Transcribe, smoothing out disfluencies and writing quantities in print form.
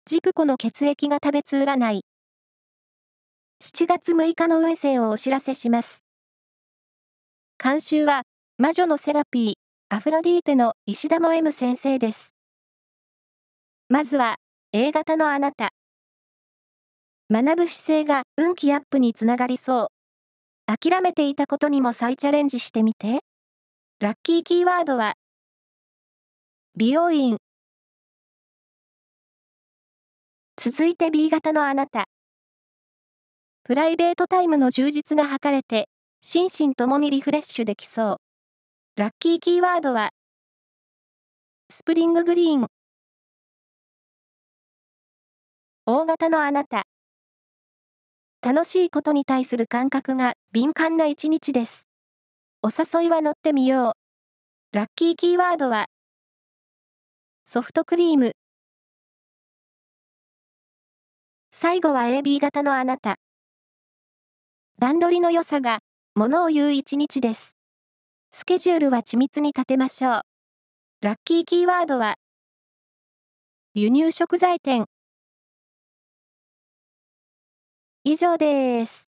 ジプコの血液が食べつ占い。7月6日の運勢をお知らせします。監修は、魔女のセラピー、アフロディーテの石田も M 先生です。まずは、A 型のあなた。学ぶ姿勢が運気アップにつながりそう。諦めていたことにも再チャレンジしてみて。ラッキーキーワードは、美容院。続いて B 型のあなた。プライベートタイムの充実が図れて、心身ともにリフレッシュできそう。ラッキーキーワードは、スプリンググリーン。O 型のあなた。楽しいことに対する感覚が敏感な一日です。お誘いは乗ってみよう。ラッキーキーワードは、ソフトクリーム。最後は AB 型のあなた。段取りの良さが、ものを言う一日です。スケジュールは緻密に立てましょう。ラッキーキーワードは、輸入食材店。以上です。